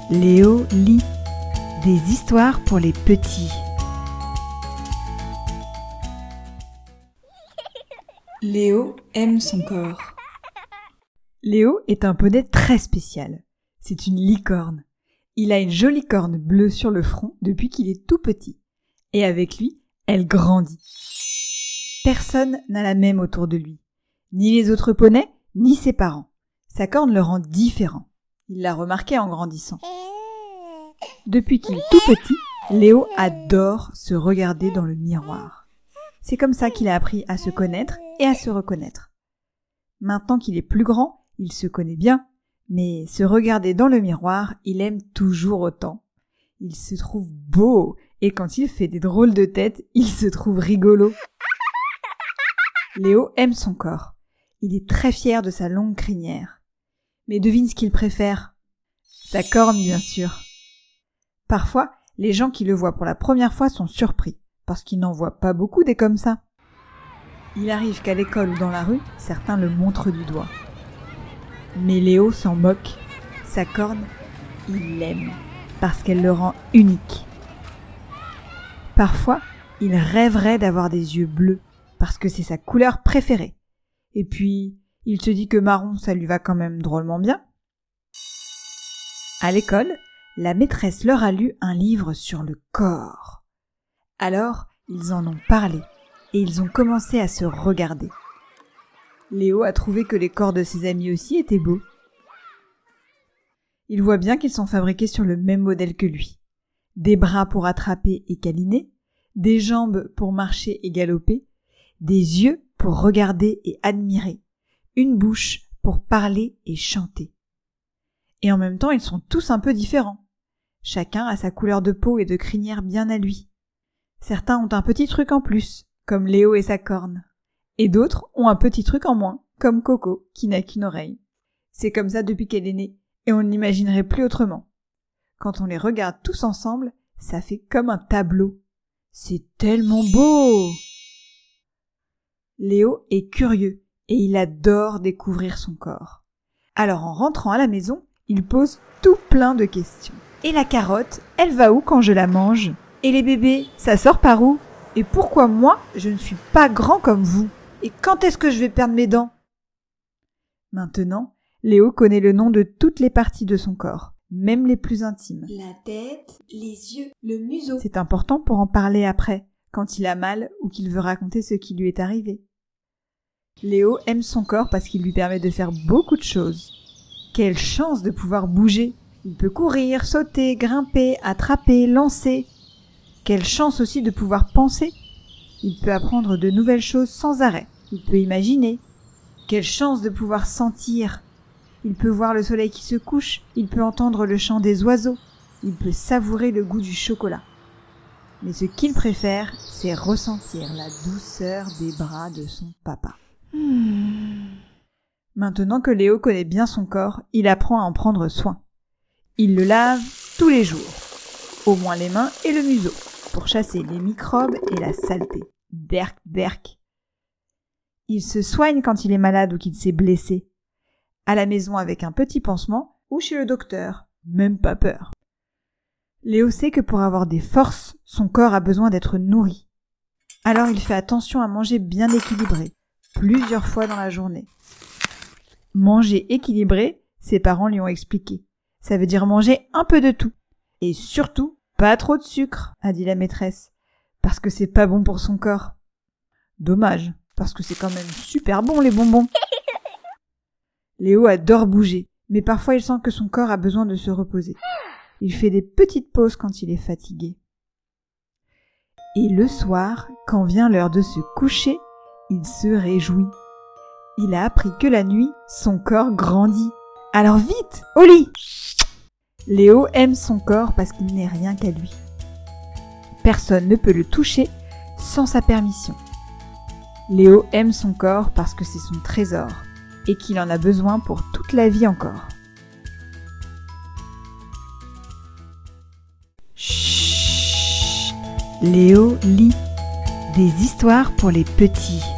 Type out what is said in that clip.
Léo lit des histoires pour les petits. Léo aime son corps. Léo est un poney très spécial. C'est une licorne. Il a une jolie corne bleue sur le front depuis qu'il est tout petit. Et avec lui, elle grandit. Personne n'a la même autour de lui. Ni les autres poneys, ni ses parents. Sa corne le rend différent. Il l'a remarqué en grandissant. Depuis qu'il est tout petit, Léo adore se regarder dans le miroir. C'est comme ça qu'il a appris à se connaître et à se reconnaître. Maintenant qu'il est plus grand, il se connaît bien, mais se regarder dans le miroir, il aime toujours autant. Il se trouve beau, et quand il fait des drôles de têtes, il se trouve rigolo. Léo aime son corps. Il est très fier de sa longue crinière. Mais devine ce qu'il préfère. Sa corne, bien sûr. Parfois, les gens qui le voient pour la première fois sont surpris, parce qu'ils n'en voient pas beaucoup des comme ça. Il arrive qu'à l'école ou dans la rue, certains le montrent du doigt. Mais Léo s'en moque. Sa corne, il l'aime, parce qu'elle le rend unique. Parfois, il rêverait d'avoir des yeux bleus, parce que c'est sa couleur préférée. Et puis, il se dit que marron, ça lui va quand même drôlement bien. À l'école, la maîtresse leur a lu un livre sur le corps. Alors, ils en ont parlé, et ils ont commencé à se regarder. Léo a trouvé que les corps de ses amis aussi étaient beaux. Il voit bien qu'ils sont fabriqués sur le même modèle que lui. Des bras pour attraper et câliner, des jambes pour marcher et galoper, des yeux pour regarder et admirer, une bouche pour parler et chanter. Et en même temps, ils sont tous un peu différents. Chacun a sa couleur de peau et de crinière bien à lui. Certains ont un petit truc en plus, comme Léo et sa corne. Et d'autres ont un petit truc en moins, comme Coco, qui n'a qu'une oreille. C'est comme ça depuis qu'elle est née, et on ne l'imaginerait plus autrement. Quand on les regarde tous ensemble, ça fait comme un tableau. C'est tellement beau! Léo est curieux, et il adore découvrir son corps. Alors en rentrant à la maison, il pose tout plein de questions. Et la carotte, elle va où quand je la mange? Et les bébés, ça sort par où? Et pourquoi moi, je ne suis pas grand comme vous? Et quand est-ce que je vais perdre mes dents? Maintenant, Léo connaît le nom de toutes les parties de son corps, même les plus intimes. La tête, les yeux, le museau. C'est important pour en parler après, quand il a mal ou qu'il veut raconter ce qui lui est arrivé. Léo aime son corps parce qu'il lui permet de faire beaucoup de choses. Quelle chance de pouvoir bouger! Il peut courir, sauter, grimper, attraper, lancer. Quelle chance aussi de pouvoir penser! Il peut apprendre de nouvelles choses sans arrêt. Il peut imaginer. Quelle chance de pouvoir sentir! Il peut voir le soleil qui se couche. Il peut entendre le chant des oiseaux. Il peut savourer le goût du chocolat. Mais ce qu'il préfère, c'est ressentir la douceur des bras de son papa. Maintenant que Léo connaît bien son corps, il apprend à en prendre soin. Il le lave tous les jours, au moins les mains et le museau, pour chasser les microbes et la saleté. Berk, berk. Il se soigne quand il est malade ou qu'il s'est blessé. À la maison avec un petit pansement ou chez le docteur, même pas peur. Léo sait que pour avoir des forces, son corps a besoin d'être nourri. Alors il fait attention à manger bien équilibré, plusieurs fois dans la journée. Manger équilibré, ses parents lui ont expliqué. Ça veut dire manger un peu de tout. Et surtout, pas trop de sucre, a dit la maîtresse, parce que c'est pas bon pour son corps. Dommage, parce que c'est quand même super bon les bonbons. Léo adore bouger, mais parfois il sent que son corps a besoin de se reposer. Il fait des petites pauses quand il est fatigué. Et le soir, quand vient l'heure de se coucher, il se réjouit. Il a appris que la nuit, son corps grandit. Alors vite, au lit! Léo aime son corps parce qu'il n'est rien qu'à lui. Personne ne peut le toucher sans sa permission. Léo aime son corps parce que c'est son trésor et qu'il en a besoin pour toute la vie encore. Chut! Léo lit des histoires pour les petits.